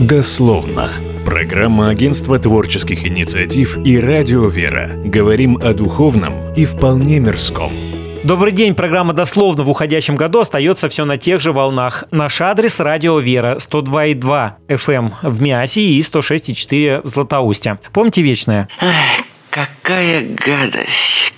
Дословно. Программа Агентства творческих инициатив и Радио Вера. Говорим о духовном и вполне мирском. Добрый день. Программа «Дословно» в уходящем году остается все на тех же волнах. Наш адрес — Радио Вера, 102,2 FM в Миасе и 106,4 в Златоусте. Помните вечное? Какая гадость,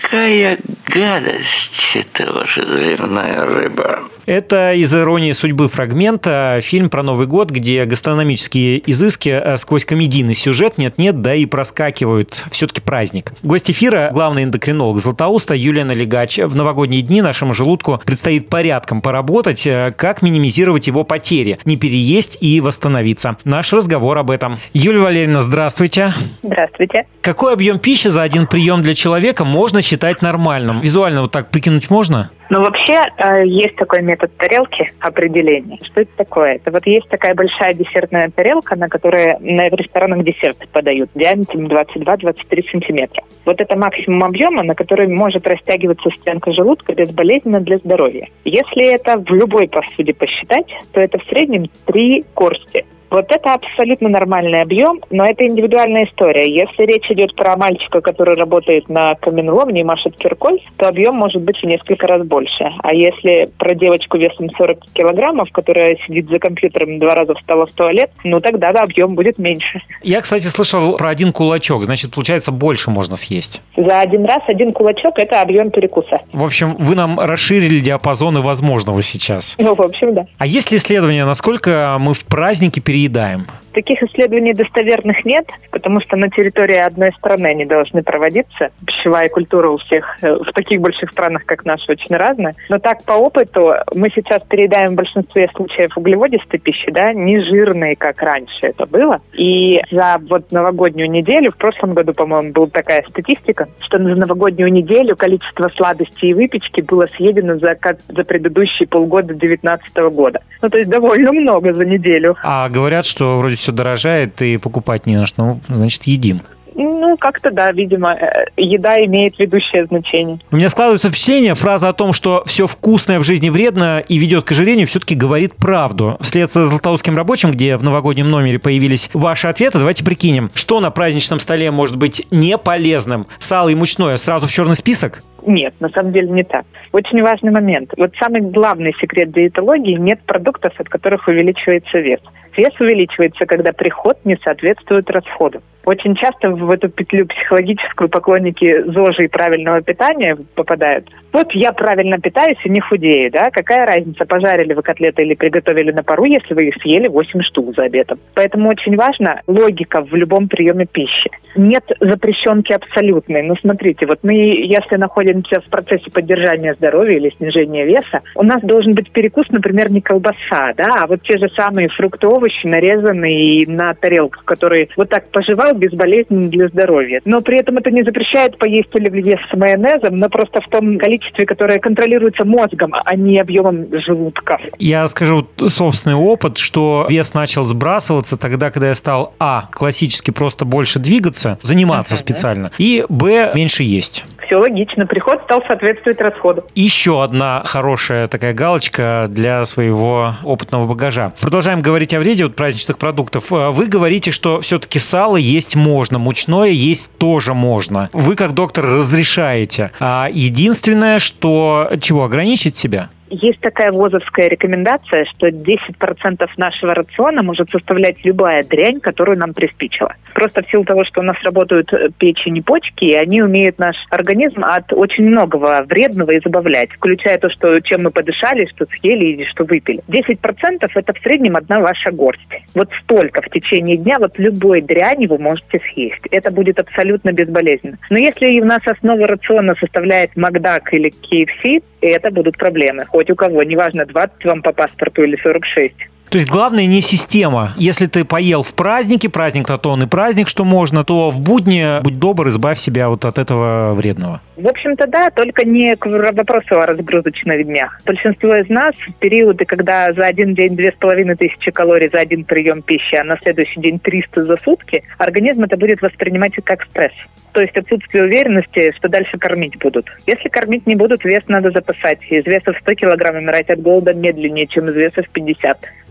это ваша заливная рыба. Это из «Иронии судьбы» фрагмента, фильм про Новый год, где гастрономические изыски сквозь комедийный сюжет нет-нет, да и проскакивают. Все-таки праздник. Гость эфира — главный эндокринолог Златоуста Юлия Налигач. В новогодние дни нашему желудку предстоит порядком поработать, как минимизировать его потери, не переесть и восстановиться. Наш разговор об этом. Юлия Валерьевна, здравствуйте. Здравствуйте. Какой объем пищи за один прием для человека можно считать нормальным? Визуально вот так прикинуть можно? Ну, вообще, есть такой метод тарелки определения. Что это такое? Это вот есть такая большая десертная тарелка, на которой в ресторанах десерты подают диаметром 22-23 сантиметра. Вот это максимум объема, на который может растягиваться стенка желудка безболезненно для здоровья. Если это в любой посуде посчитать, то это в среднем 3 горсти. Вот это абсолютно нормальный объем, но это индивидуальная история. Если речь идет про мальчика, который работает на каменоломне и машет киркой, то объем может быть в несколько раз больше. А если про девочку весом 40 килограммов, которая сидит за компьютером 2 раза встала в туалет, ну тогда объем будет меньше. Я, кстати, слышал про 1 кулачок. Значит, получается, больше можно съесть. За один раз 1 кулачок – это объем перекуса. В общем, вы нам расширили диапазоны возможного сейчас. Ну, в общем, да. А есть ли исследования, насколько мы в празднике переедаем? Таких исследований достоверных нет, потому что на территории одной страны они должны проводиться. Пищевая культура у всех в таких больших странах, как наша, очень разная. Но так, по опыту, мы сейчас переедаем в большинстве случаев углеводистой пищи, да, не жирной, как раньше это было. И за новогоднюю неделю, в прошлом году, по-моему, была такая статистика, что за новогоднюю неделю количество сладостей и выпечки было съедено за предыдущие полгода 2019 года. Ну, то есть довольно много за неделю. А говорят, что вроде все дорожает и покупать не на что, ну, значит, едим. Ну, как-то да, видимо, еда имеет ведущее значение. У меня складывается впечатление, фраза о том, что все вкусное в жизни вредно и ведет к ожирению, все-таки говорит правду. Вслед за «Златоустским рабочим», где в новогоднем номере появились ваши ответы, давайте прикинем, что на праздничном столе может быть не полезным. Сало и мучное сразу в черный список? Нет, на самом деле не так. Очень важный момент. Вот самый главный секрет диетологии – нет продуктов, от которых увеличивается вес. Вес увеличивается, когда приход не соответствует расходу. Очень часто в эту петлю психологическую поклонники ЗОЖа и правильного питания попадают. Вот я правильно питаюсь и не худею, да? Какая разница, пожарили вы котлеты или приготовили на пару, если вы их съели 8 штук за обедом. Поэтому очень важна логика в любом приеме пищи. Нет запрещенки абсолютной. Но смотрите, вот мы, если находимся в процессе поддержания здоровья или снижения веса, у нас должен быть перекус, например, не колбаса, да, а вот те же самые фрукты, овощи, нарезанные на тарелках, которые вот так пожевал, безболезненно для здоровья. Но при этом это не запрещает поесть оливье с майонезом, но просто в том количестве, которое контролируется мозгом, а не объемом желудка. Я скажу собственный опыт, что вес начал сбрасываться тогда, когда я стал классически просто больше двигаться, заниматься специально, и меньше есть. Все логично. Приход стал соответствовать расходу. Еще одна хорошая такая галочка для своего опытного багажа. Продолжаем говорить о вреде праздничных продуктов. Вы говорите, что все-таки сало есть можно, мучное есть тоже можно. Вы, как доктор, разрешаете. А единственное, что ограничить себя? Есть такая ВОЗовская рекомендация, что 10% нашего рациона может составлять любая дрянь, которую нам приспичило. Просто в силу того, что у нас работают печень и почки, и они умеют наш организм от очень многого вредного избавлять, включая то, чем мы подышали, что съели или что выпили. 10% это в среднем 1 ваша горсть. Вот столько в течение дня любой дряни вы можете съесть. Это будет абсолютно безболезненно. Но если у нас основа рациона составляет Макдак или KFC, это будут проблемы. Хоть у кого, неважно, 20 вам по паспорту или 46. То есть главное не система. Если ты поел в празднике, праздник-то то он и праздник, что можно, то в будни, будь добр, избавь себя от этого вредного. В общем-то, да, только не к вопросу о разгрузочных днях. Большинство из нас в периоды, когда за один день 2500 калорий за один прием пищи, а на следующий день 300 за сутки, организм это будет воспринимать как стресс. То есть отсутствие уверенности, что дальше кормить будут. Если кормить не будут, вес надо запасать. Из веса в 100 килограмм умирать от голода медленнее, чем из веса в 50. То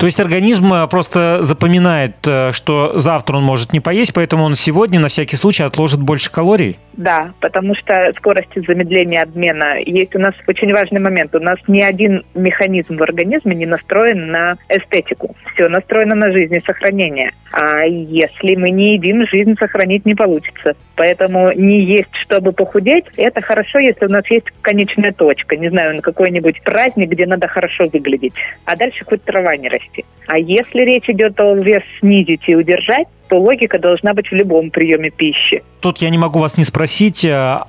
есть организм просто запоминает, что завтра он может не поесть, поэтому он сегодня на всякий случай отложит больше калорий? Да, потому что скорость замедления обмена есть у нас очень важный момент. У нас ни один механизм в организме не настроен на эстетику. Все настроено на жизнесохранение. А если мы не едим, жизнь сохранить не получится. Поэтому не есть, чтобы похудеть, это хорошо, если у нас есть конечная точка. Не знаю, на какой-нибудь праздник, где надо хорошо выглядеть. А дальше хоть трава не расти. А если речь идет о вес снизить и удержать, то логика должна быть в любом приеме пищи. Тут я не могу вас не спросить,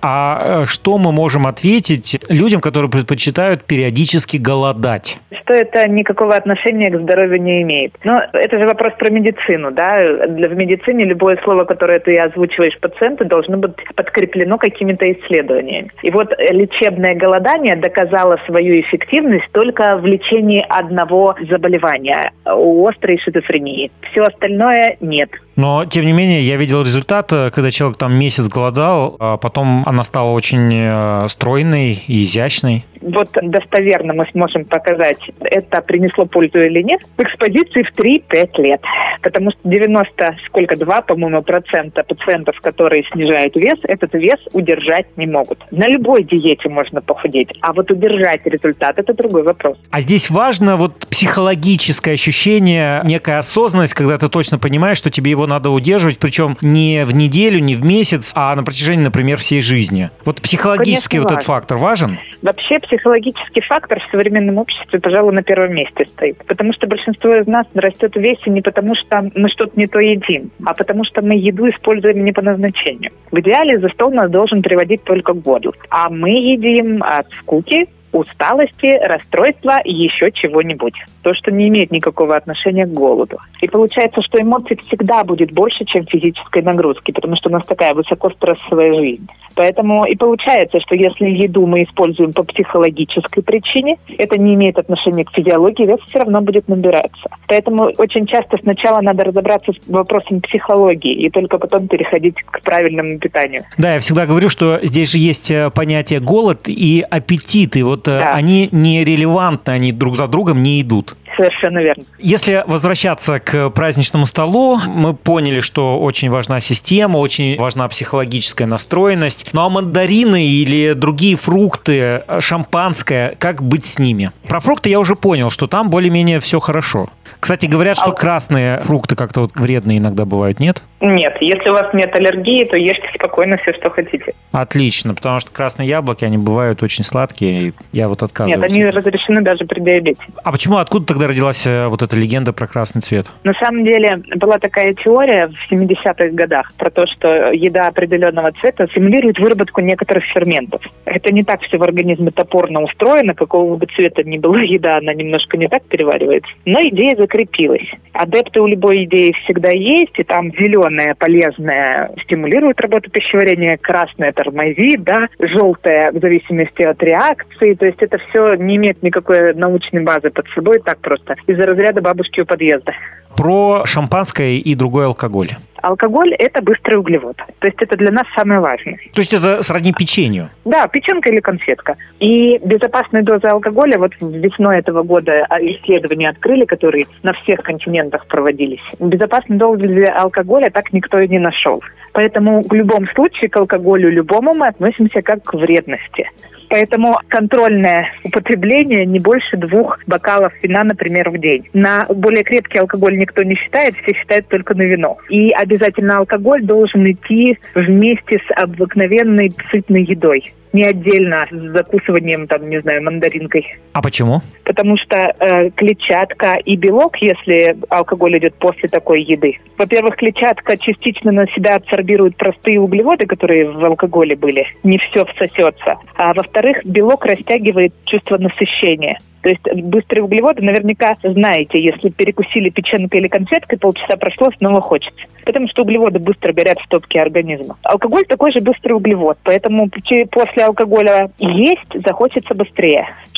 а что мы можем ответить людям, которые предпочитают периодически голодать? Что это никакого отношения к здоровью не имеет. Но это же вопрос про медицину, да? В медицине любое слово, которое ты озвучиваешь пациенту, должно быть подкреплено какими-то исследованиями. И вот лечебное голодание доказало свою эффективность только в лечении одного заболевания – острой шизофрении. Все остальное нет. Но, тем не менее, я видел результат, когда человек там месяц голодал, а потом она стала очень стройной и изящной. Вот достоверно мы сможем показать, это принесло пользу или нет, в экспозиции в 3-5 лет. Потому что 2, по-моему, процента пациентов, которые снижают вес, этот вес удержать не могут. На любой диете можно похудеть, а вот удержать результат – это другой вопрос. А здесь важно вот психологическое ощущение, некая осознанность, когда ты точно понимаешь, что тебе его надо удерживать, причем не в неделю, не в месяц, а на протяжении, например, всей жизни. Вот психологический Конечно, этот фактор важен? Вообще психологический фактор в современном обществе, пожалуй, на первом месте стоит. Потому что большинство из нас растет в весе не потому, что мы что-то не то едим, а потому что мы еду используем не по назначению. В идеале за стол нас должен приводить только голод. А мы едим от скуки, усталости, расстройства и еще чего-нибудь. То, что не имеет никакого отношения к голоду. И получается, что эмоций всегда будет больше, чем физической нагрузки, потому что у нас такая высокострессовая жизнь. Поэтому и получается, что если еду мы используем по психологической причине, это не имеет отношения к физиологии, вес все равно будет набираться. Поэтому очень часто сначала надо разобраться с вопросом психологии и только потом переходить к правильному питанию. Да, я всегда говорю, что здесь же есть понятие голод и аппетит, и вот да. Они не релевантны, они друг за другом не идут. Совершенно верно. Если возвращаться к праздничному столу, мы поняли, что очень важна система, очень важна психологическая настроенность. Ну а мандарины или другие фрукты, шампанское, как быть с ними? Про фрукты я уже понял, что там более-менее все хорошо. Кстати, говорят, что красные фрукты как-то вот вредные иногда бывают, нет? Нет, если у вас нет аллергии, то ешьте спокойно все, что хотите. Отлично, потому что красные яблоки, они бывают очень сладкие, и я вот отказываюсь. Нет, они разрешены даже при диабете. А почему, откуда тогда родилась вот эта легенда про красный цвет? На самом деле была такая теория в 70-х годах про то, что еда определенного цвета стимулирует выработку некоторых ферментов. Это не так все в организме топорно устроено, какого бы цвета ни была еда, она немножко не так переваривается. Но идея закрепилась. Адепты у любой идеи всегда есть, и там зеленое полезное стимулирует работу пищеварения, красное тормозит, да, желтое в зависимости от реакции. То есть это все не имеет никакой научной базы под собой, так просто из-за разряда бабушки у подъезда. Про шампанское и другой алкоголь. Алкоголь – это быстрый углевод. То есть это для нас самое важное. То есть это сродни печенью? Да, печенка или конфетка. И безопасные дозы алкоголя, вот весной этого года исследования открыли, которые на всех континентах проводились. Безопасные дозы для алкоголя так никто и не нашел. Поэтому в любом случае к алкоголю любому мы относимся как к вредности. Поэтому контрольное употребление не больше 2 бокалов вина, например, в день. На более крепкий алкоголь никто не считает, все считают только на вино. И обязательно алкоголь должен идти вместе с обыкновенной сытной едой. Не отдельно с закусыванием, там, не знаю, мандаринкой. А почему? Потому что клетчатка и белок, если алкоголь идет после такой еды. Во-первых, клетчатка частично на себя адсорбирует простые углеводы, которые в алкоголе были. Не все всосется. А во-вторых, белок растягивает чувство насыщения. То есть быстрые углеводы, наверняка знаете, если перекусили печенкой или конфеткой, полчаса прошло, снова хочется. Потому что углеводы быстро горят в топке организма. Алкоголь такой же быстрый углевод, поэтому после алкоголя есть захочется быстрее.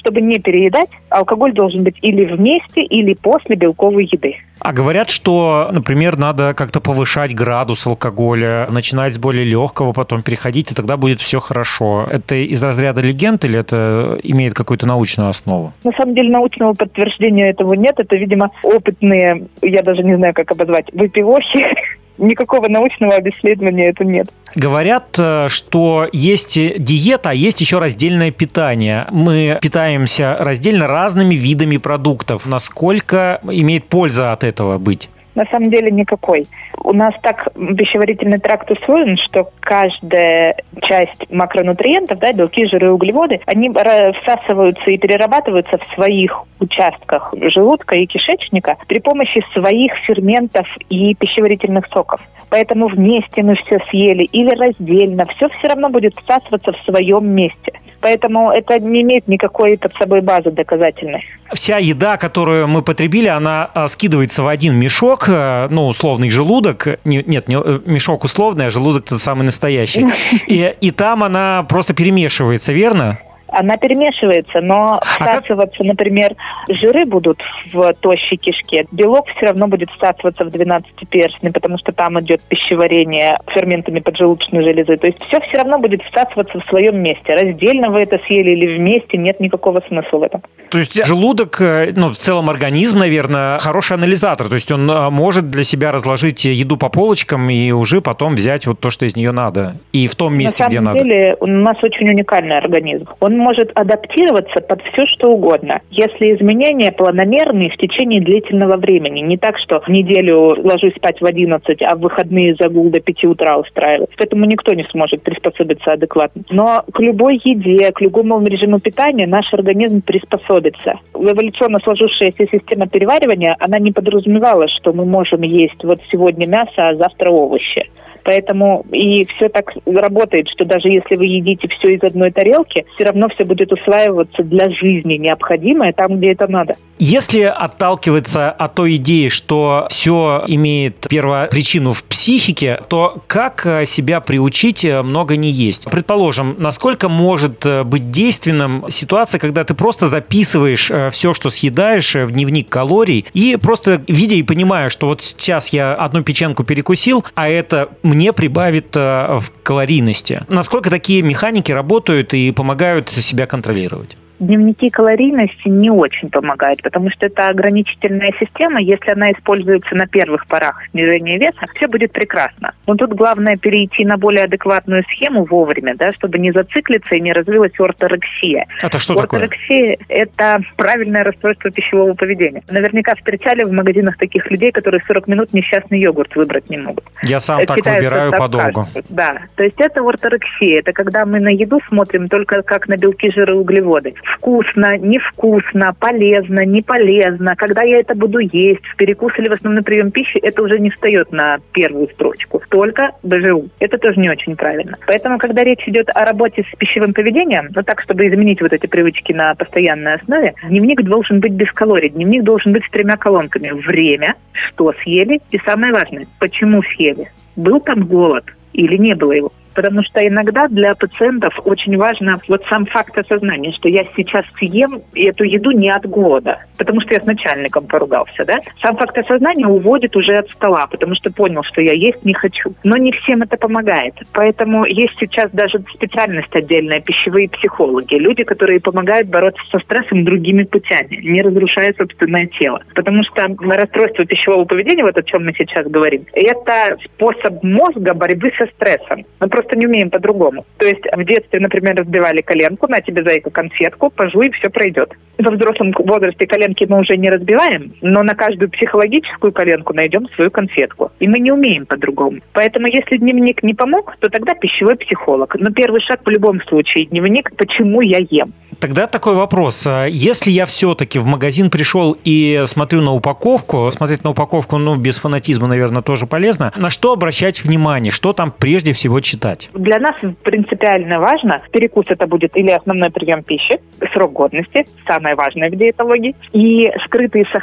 чтобы не переедать, алкоголь должен быть или вместе, или после белковой еды. А говорят, что, например, надо как-то повышать градус алкоголя, начинать с более легкого, потом переходить, и тогда будет все хорошо. Это из разряда легенд или это имеет какую-то научную основу? На самом деле научного подтверждения этого нет. Это, видимо, опытные, я даже не знаю, как обозвать, выпивохи. Никакого научного обследования это нет. Говорят, что есть диета, а есть еще раздельное питание. Мы питаемся раздельно разными видами продуктов. Насколько имеет польза от этого быть? На самом деле никакой. У нас так пищеварительный тракт устроен, что каждая часть макронутриентов, белки, жиры, углеводы, они всасываются и перерабатываются в своих участках желудка и кишечника при помощи своих ферментов и пищеварительных соков. Поэтому вместе мы все съели или раздельно, все равно будет всасываться в своем месте. Поэтому это не имеет никакой под собой базы доказательной. Вся еда, которую мы потребили, она скидывается в один мешок, условный желудок. Нет, не мешок условный, а желудок тот самый настоящий. И там она просто перемешивается, верно? Она перемешивается, но всасываться, например, жиры будут в тощей кишке, белок все равно будет всасываться в 12-перстный, потому что там идет пищеварение ферментами поджелудочной железы. То есть все равно будет всасываться в своем месте. Раздельно вы это съели или вместе, нет никакого смысла в этом. То есть желудок, в целом организм, наверное, хороший анализатор. То есть он может для себя разложить еду по полочкам и уже потом взять вот то, что из нее надо. И в том месте, где надо. На самом деле у нас очень уникальный организм. Он может адаптироваться под все, что угодно, если изменения планомерные в течение длительного времени. Не так, что неделю ложусь спать в 11, а в выходные загул до 5 утра устраиваю. К этому никто не сможет приспособиться адекватно. Но к любой еде, к любому режиму питания наш организм приспособится. Эволюционно сложившаяся система переваривания, она не подразумевала, что мы можем есть вот сегодня мясо, а завтра овощи. Поэтому и все так работает, что даже если вы едите все из одной тарелки, все равно все будет усваиваться для жизни необходимое там, где это надо. Если отталкиваться от той идеи, что все имеет первопричину в психике, то как себя приучить много не есть? Предположим, насколько может быть действенным ситуация, когда ты просто записываешь все, что съедаешь, в дневник калорий, и просто видя и понимая, что вот сейчас я одну печенку перекусил, а это мне прибавит в калорийности. Насколько такие механики работают и помогают себя контролировать? Дневники калорийности не очень помогают, потому что это ограничительная система. Если она используется на первых порах снижения веса, все будет прекрасно. Но тут главное перейти на более адекватную схему вовремя, чтобы не зациклиться и не развилась орторексия. Это что такое? Орторексия – это правильное расстройство пищевого поведения. Наверняка встречали в магазинах таких людей, которые 40 минут несчастный йогурт выбрать не могут. Я сам так выбираю подолгу. Да, то есть это орторексия. Это когда мы на еду смотрим только как на белки, жиры, углеводы. Вкусно, невкусно, полезно, не полезно. Когда я это буду есть, в перекус или в основной прием пищи, это уже не встает на первую строчку. Только БЖУ. Это тоже не очень правильно. Поэтому, когда речь идет о работе с пищевым поведением, так, чтобы изменить вот эти привычки на постоянной основе, дневник должен быть без калорий. Дневник должен быть с 3 колонками. Время, что съели, и самое важное, почему съели. Был там голод или не было его? Потому что иногда для пациентов очень важно вот сам факт осознания, что я сейчас съем эту еду не от голода, потому что я с начальником поругался, Сам факт осознания уводит уже от стола, потому что понял, что я есть не хочу. Но не всем это помогает. Поэтому есть сейчас даже специальность отдельная, пищевые психологи. Люди, которые помогают бороться со стрессом другими путями, не разрушая собственное тело. Потому что расстройство пищевого поведения, вот о чем мы сейчас говорим, это способ мозга борьбы со стрессом. Мы просто не умеем по-другому. То есть в детстве, например, разбивали коленку, на тебе, зайка, конфетку, пожуй, и все пройдет. Во взрослом возрасте коленки мы уже не разбиваем, но на каждую психологическую коленку найдем свою конфетку. И мы не умеем по-другому. Поэтому если дневник не помог, то тогда пищевой психолог. Но первый шаг в любом случае дневник «Почему я ем?». Тогда такой вопрос. Если я все-таки в магазин пришел и смотрю на упаковку, смотреть на упаковку, без фанатизма, наверное, тоже полезно, на что обращать внимание? Что там прежде всего читать? Для нас принципиально важно, перекус это будет или основной прием пищи, срок годности, самое важное в диетологии, и скрытые сахара.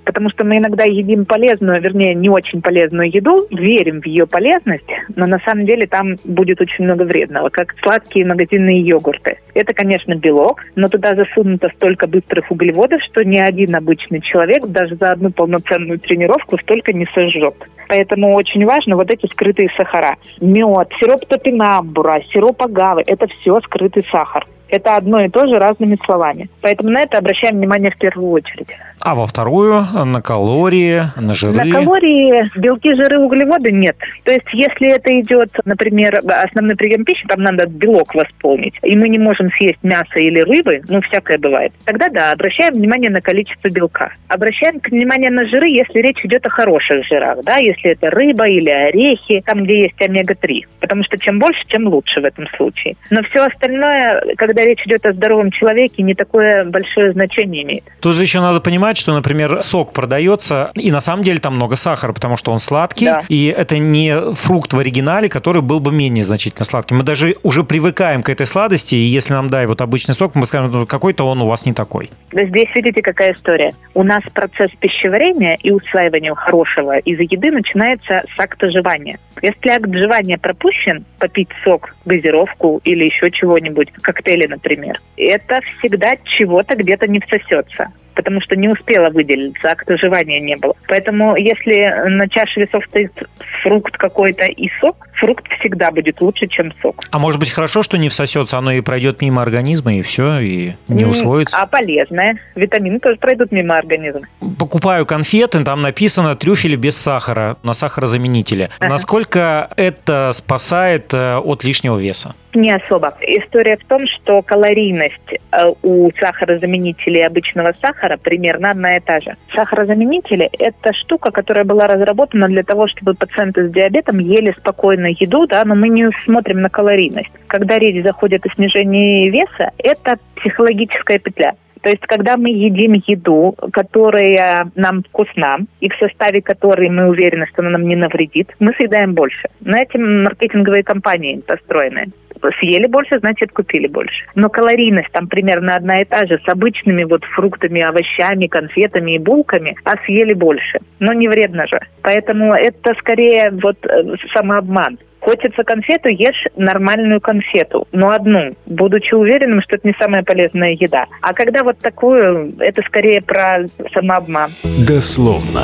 Потому что мы иногда едим полезную, вернее, не очень полезную еду, верим в ее полезность, но на самом деле там будет очень много вредного, как сладкие магазинные йогурты. Это, конечно, белок, но туда засунуто столько быстрых углеводов, что ни один обычный человек даже за одну полноценную тренировку столько не сожжет. Поэтому очень важно вот эти скрытые сахара. Мед, сироп топинамбура, сироп агавы – это все скрытый сахар. Это одно и то же разными словами. Поэтому на это обращаем внимание в первую очередь. А во вторую на калории, на жиры? На калории, белки, жиры, углеводы нет. То есть, если это идет, например, основной прием пищи, там надо белок восполнить, и мы не можем съесть мясо или рыбы, всякое бывает, тогда да, обращаем внимание на количество белка. Обращаем внимание на жиры, если речь идет о хороших жирах, да, если это рыба или орехи, там, где есть омега-3. Потому что чем больше, тем лучше в этом случае. Но все остальное, когда речь идет о здоровом человеке, не такое большое значение имеет. Тут же еще надо понимать, что, например, сок продается, и на самом деле там много сахара, потому что он сладкий, да. И это не фрукт в оригинале, который был бы менее значительно сладким. Мы даже уже привыкаем к этой сладости, и если нам дай вот обычный сок, мы скажем, какой-то он у вас не такой. Да, здесь видите, какая история. У нас процесс пищеварения и усваивания хорошего из еды начинается с акта жевания. Если акт жевания пропущен, попить сок, газировку или еще чего-нибудь, коктейли, например, это всегда чего-то где-то не всосется, потому что не успела выделиться, акта жевания не было. Поэтому если на чаше весов стоит фрукт какой-то и сок, фрукт всегда будет лучше, чем сок. А может быть хорошо, что не всосется, оно и пройдет мимо организма, и все, и не усвоится? А полезное. Витамины тоже пройдут мимо организма. Покупаю конфеты, там написано трюфели без сахара, на сахарозаменителе. Насколько это спасает от лишнего веса? Не особо. История в том, что калорийность у сахарозаменителей обычного сахара примерно одна и та же. Сахарозаменители – это штука, которая была разработана для того, чтобы пациенты с диабетом ели спокойно еду, да, но мы не смотрим на калорийность. Когда речь заходит о снижении веса, это психологическая петля. То есть, когда мы едим еду, которая нам вкусна, и в составе которой мы уверены, что она нам не навредит, мы съедаем больше. На этом маркетинговые кампании построены. Съели больше, значит, купили больше. Но калорийность там примерно одна и та же, с обычными фруктами, овощами, конфетами и булками, а съели больше. Но не вредно же. Поэтому это скорее самообман. Хочется конфету, ешь нормальную конфету, но одну, будучи уверенным, что это не самая полезная еда. А когда такую, это скорее про самообман. Дословно.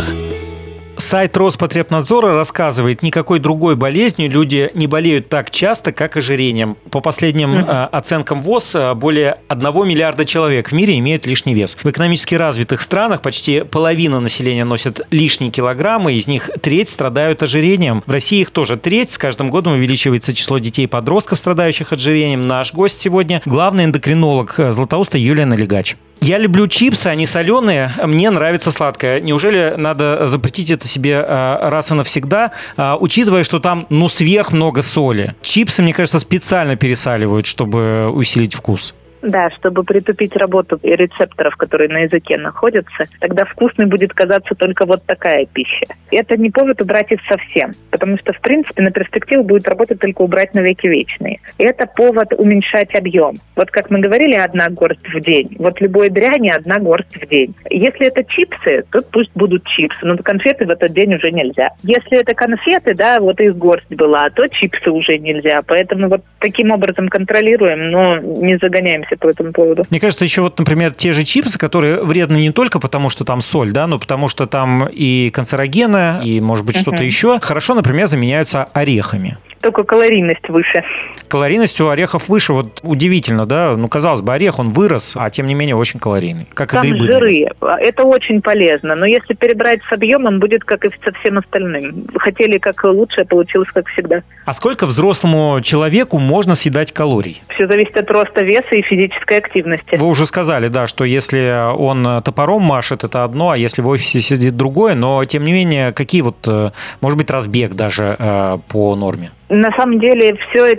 Сайт Роспотребнадзора рассказывает, никакой другой болезнью люди не болеют так часто, как ожирением. По последним оценкам ВОЗ, более 1 миллиарда человек в мире имеют лишний вес. В экономически развитых странах почти половина населения носит лишние килограммы, из них треть страдают ожирением. В России их тоже треть. С каждым годом увеличивается число детей и подростков, страдающих ожирением. Наш гость сегодня – главный эндокринолог Златоуста Юлия Налигач. Я люблю чипсы, они соленые, мне нравится сладкое. Неужели надо запретить это себе раз и навсегда, учитывая, что там сверх много соли? Чипсы, мне кажется, специально пересаливают, чтобы усилить вкус. Да, чтобы притупить работу рецепторов, которые на языке находятся, тогда вкусной будет казаться только такая пища. И это не повод убрать их совсем, потому что, в принципе, на перспективу будет работать только убрать навеки вечные. И это повод уменьшать объем. Как мы говорили, 1 горсть в день. Любой дряни 1 горсть в день. Если это чипсы, то пусть будут чипсы, но конфеты в этот день уже нельзя. Если это конфеты, да, их горсть была, то чипсы уже нельзя. Поэтому таким образом контролируем, но не загоняемся по этому поводу. Мне кажется, еще например, те же чипсы, которые вредны не только потому, что там соль, да, но потому что там и канцерогены, и, может быть, что-то еще, хорошо, например, заменяются орехами. Только калорийность выше. Калорийность у орехов выше. Удивительно, да? Казалось бы, орех, он вырос, а тем не менее очень калорийный. Как там и грибы. Жиры. Это очень полезно. Но если перебрать с объемом, будет как и со всем остальным. Хотели как лучше, а получилось как всегда. А сколько взрослому человеку можно съедать калорий? Все зависит от роста веса и физической активности. Вы уже сказали, да, что если он топором машет, это одно, а если в офисе сидит другое. Но, тем не менее, какие может быть, разбег даже по норме? На самом деле все это зависит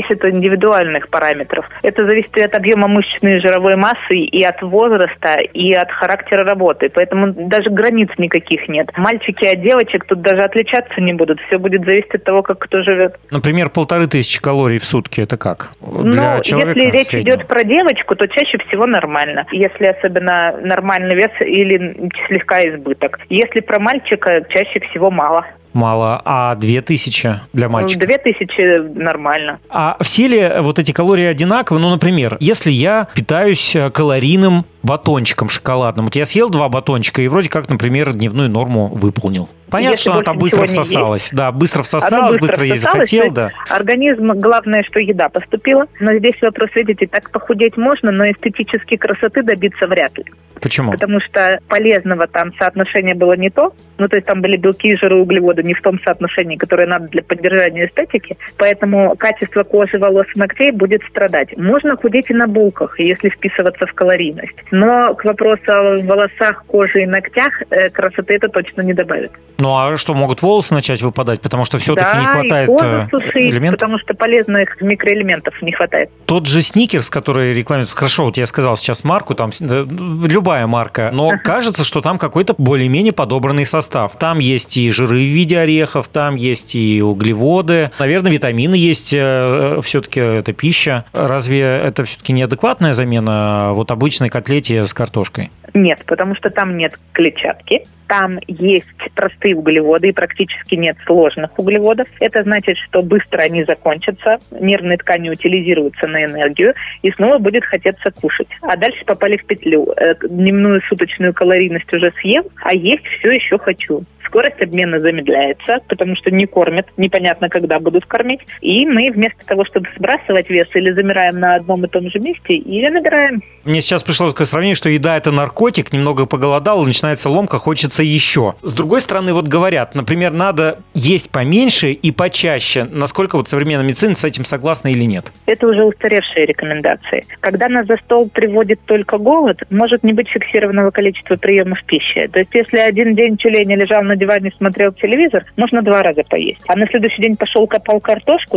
зависит от индивидуальных параметров. Это зависит и от объема мышечной и жировой массы, и от возраста, и от характера работы. Поэтому даже границ никаких нет. Мальчики от девочек тут даже отличаться не будут. Все будет зависеть от того, как кто живет. Например, 1500 калорий в сутки, это как? Для человека если речь среднего? идет про девочку, то чаще всего нормально. Если особенно нормальный вес или слегка избыток. Если про мальчика, чаще всего мало. Мало. А 2000 для мальчика? 2000 нормально. А все ли вот эти калории одинаковы? Ну, например, если я питаюсь калорийным батончиком шоколадным. Вот я съел 2 батончика и вроде как, например, дневную норму выполнил. Понятно, Если что она там быстро всосалась. Да, быстро всосалась, быстро ей захотел, да. Организм, главное, что еда поступила. Но здесь вопрос, видите, так похудеть можно, но эстетической красоты добиться вряд ли. Почему? Потому что полезного там соотношения было не то. Ну, то есть там были белки, жиры, углеводы не в том соотношении, которое надо для поддержания эстетики. Поэтому качество кожи, волос и ногтей будет страдать. Можно худеть и на булках, если вписываться в калорийность. Но к вопросу о волосах, коже и ногтях красоты это точно не добавит. Ну, а что, могут волосы начать выпадать? Потому что все-таки не хватает и кожу сушить, элементов? потому что полезных микроэлементов не хватает. Тот же Сникерс, который рекламируется, хорошо, вот я сказал сейчас марку, там любая марка, но кажется, что там какой-то более-менее подобранный состав. Там есть и жиры в виде орехов, там есть и углеводы, наверное, витамины есть, все-таки это пища. Разве это все-таки неадекватная замена вот обычной котлете с картошкой? Нет, потому что там нет клетчатки, там есть простые углеводы и практически нет сложных углеводов. Это значит, что быстро они закончатся, нервные ткани утилизируются на энергию, и снова будет хотеться кушать. А дальше попали в петлю. Дневную суточную калорийность уже съел, а есть все еще хочу. Скорость обмена замедляется, потому что не кормят, непонятно, когда будут кормить. И мы вместо того, чтобы сбрасывать вес, или замираем на одном и том же месте, или набираем. Мне сейчас пришло такое сравнение, что еда – это наркотик, немного поголодал, начинается ломка, хочется еще. С другой стороны, вот говорят, например, надо есть поменьше и почаще. Насколько вот современная медицина с этим согласна или нет? Это уже устаревшие рекомендации. Когда нас за стол приводит только голод, может не быть фиксированного количества приемов пищи. То есть, если один день тюленя лежал на диване, смотрел телевизор, можно 2 раза поесть. А на следующий день пошел, копал картошку,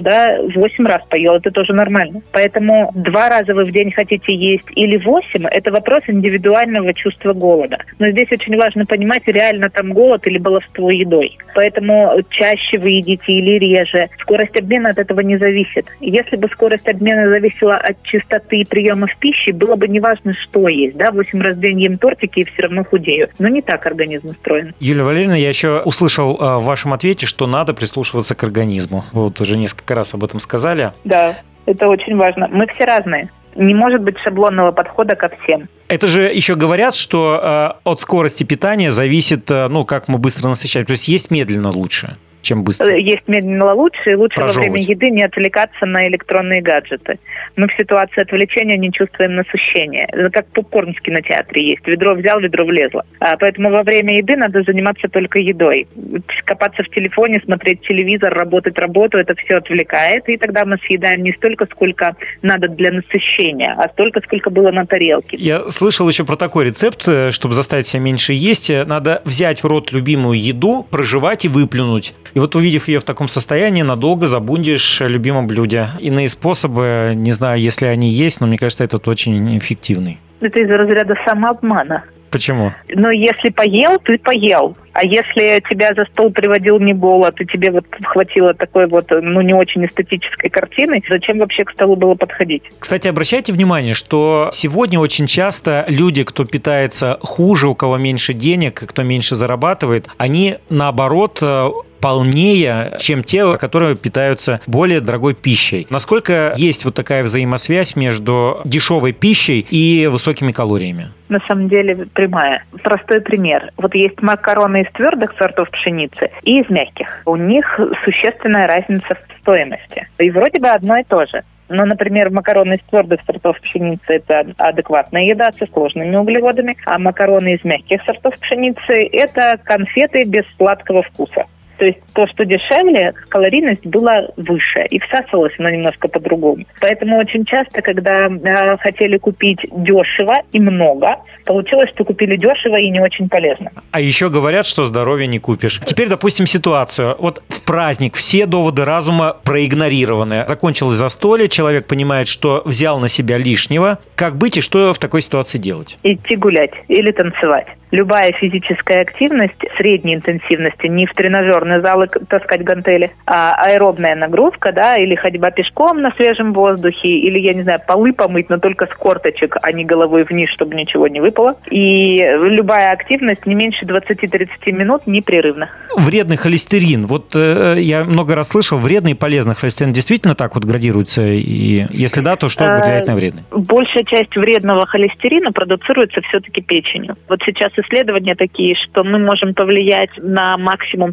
8 раз поел, это тоже нормально. Поэтому 2 раза вы в день хотите есть или 8, это вопрос индивидуального чувства голода. Но здесь очень важно понимать, реально там голод или баловство едой. Поэтому чаще вы едите или реже. Скорость обмена от этого не зависит. Если бы скорость обмена зависела от частоты приемов пищи, было бы неважно, что есть. 8 раз в день ем тортики и все равно худею. Но не так организм устроен. Юлия Валерьевна, я еще услышал в вашем ответе, что надо прислушиваться к организму. Вы вот уже несколько раз об этом сказали. Да, это очень важно. Мы все разные. Не может быть шаблонного подхода ко всем. Это же еще говорят, что от скорости питания зависит, как мы быстро насыщаем. То есть есть медленно лучше, чем быстро. Есть медленно лучше, и лучше во время еды не отвлекаться на электронные гаджеты. Мы в ситуации отвлечения не чувствуем насыщения. Это как попкорн в кинотеатре есть. Ведро взял, ведро влезло. Поэтому во время еды надо заниматься только едой. Копаться в телефоне, смотреть телевизор, работать работу, это все отвлекает. И тогда мы съедаем не столько, сколько надо для насыщения, а столько, сколько было на тарелке. Я слышал еще про такой рецепт, чтобы заставить себя меньше есть. Надо взять в рот любимую еду, прожевать и выплюнуть. И вот увидев ее в таком состоянии, надолго забудешь о любимом блюде. Иные способы, не знаю, если они есть, но мне кажется, этот очень эффективный. Это из разряда самообмана. Почему? Но если поел, ты поел. А если тебя за стол приводил не голод, и тебе хватило такой не очень эстетической картины, зачем вообще к столу было подходить? Кстати, обращайте внимание, что сегодня очень часто люди, кто питается хуже, у кого меньше денег, кто меньше зарабатывает, они наоборот полнее, чем те, которые питаются более дорогой пищей. Насколько есть вот такая взаимосвязь между дешевой пищей и высокими калориями? На самом деле прямая. Простой пример. Вот есть макароны из твердых сортов пшеницы и из мягких. У них существенная разница в стоимости. И вроде бы одно и то же. Но, например, макароны из твердых сортов пшеницы – это адекватная еда со сложными углеводами, а макароны из мягких сортов пшеницы – это конфеты без сладкого вкуса. То есть то, что дешевле, калорийность была выше, и всасывалась она немножко по-другому. Поэтому очень часто, когда хотели купить дешево и много, получилось, что купили дешево и не очень полезно. А еще говорят, что здоровье не купишь. Теперь, допустим, ситуацию. Вот праздник, все доводы разума проигнорированы. Закончилось застолье, человек понимает, что взял на себя лишнего. Как быть и что в такой ситуации делать? Идти гулять или танцевать. Любая физическая активность средней интенсивности, не в тренажерный зал таскать гантели, а аэробная нагрузка, да, или ходьба пешком на свежем воздухе, или, я не знаю, полы помыть, но только с корточек, а не головой вниз, чтобы ничего не выпало. И любая активность не меньше 20-30 минут непрерывно. Вредный холестерин. Вот я много раз слышал, вредный и полезный холестерин действительно так вот градируется? И если да, то что влияет на вредный? Большая часть вредного холестерина продуцируется все-таки печенью. Вот сейчас исследования такие, что мы можем повлиять на максимум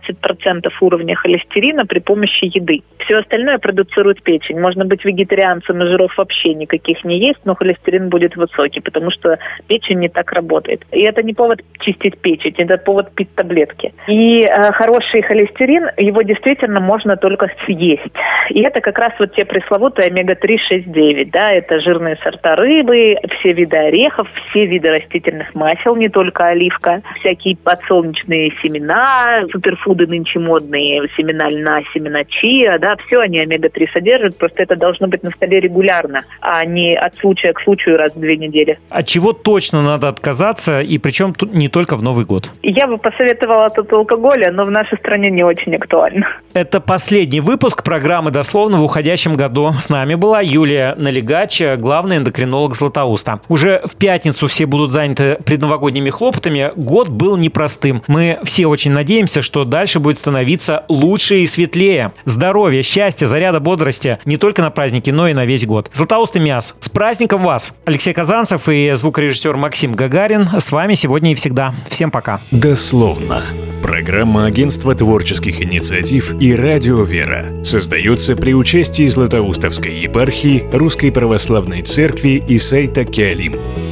15% уровня холестерина при помощи еды. Все остальное продуцирует печень. Можно быть вегетарианцем и жиров вообще никаких не есть, но холестерин будет высокий, потому что печень не так работает. И это не повод чистить печень, это повод пить таблетки. И хороший холестерин, его действительно можно только съесть. И это как раз вот те пресловутые омега-3, 6, 9. Да, это жирные сорта рыбы, все виды орехов, все виды растительных масел, не только оливка, всякие подсолнечные семена, суперфуды нынче модные, семена льна, семена чиа, да, все они омега-3 содержат, просто это должно быть на столе регулярно, а не от случая к случаю раз в 2 недели. От чего точно надо отказаться, и причем тут не только в Новый год? Я бы посоветовала от алкоголя, но в нашей стране не очень актуально. Это последний выпуск программы «Дословно» в уходящем году. С нами была Юлия Налигач, главный эндокринолог Златоуста. Уже в пятницу все будут заняты предновогодними хлопотами. Год был непростым. Мы все очень надеемся, что дальше будет становиться лучше и светлее. Здоровья, счастья, заряда бодрости не только на праздники, но и на весь год. Златоуст и Миас, с праздником вас! Алексей Казанцев и звукорежиссер Максим Гагарин с вами сегодня и всегда. Всем пока. Дословно. Программа Агентства творческих инициатив и Радио Вера создается при участии Златоустовской епархии Русской Православной Церкви и сайта Кеолим.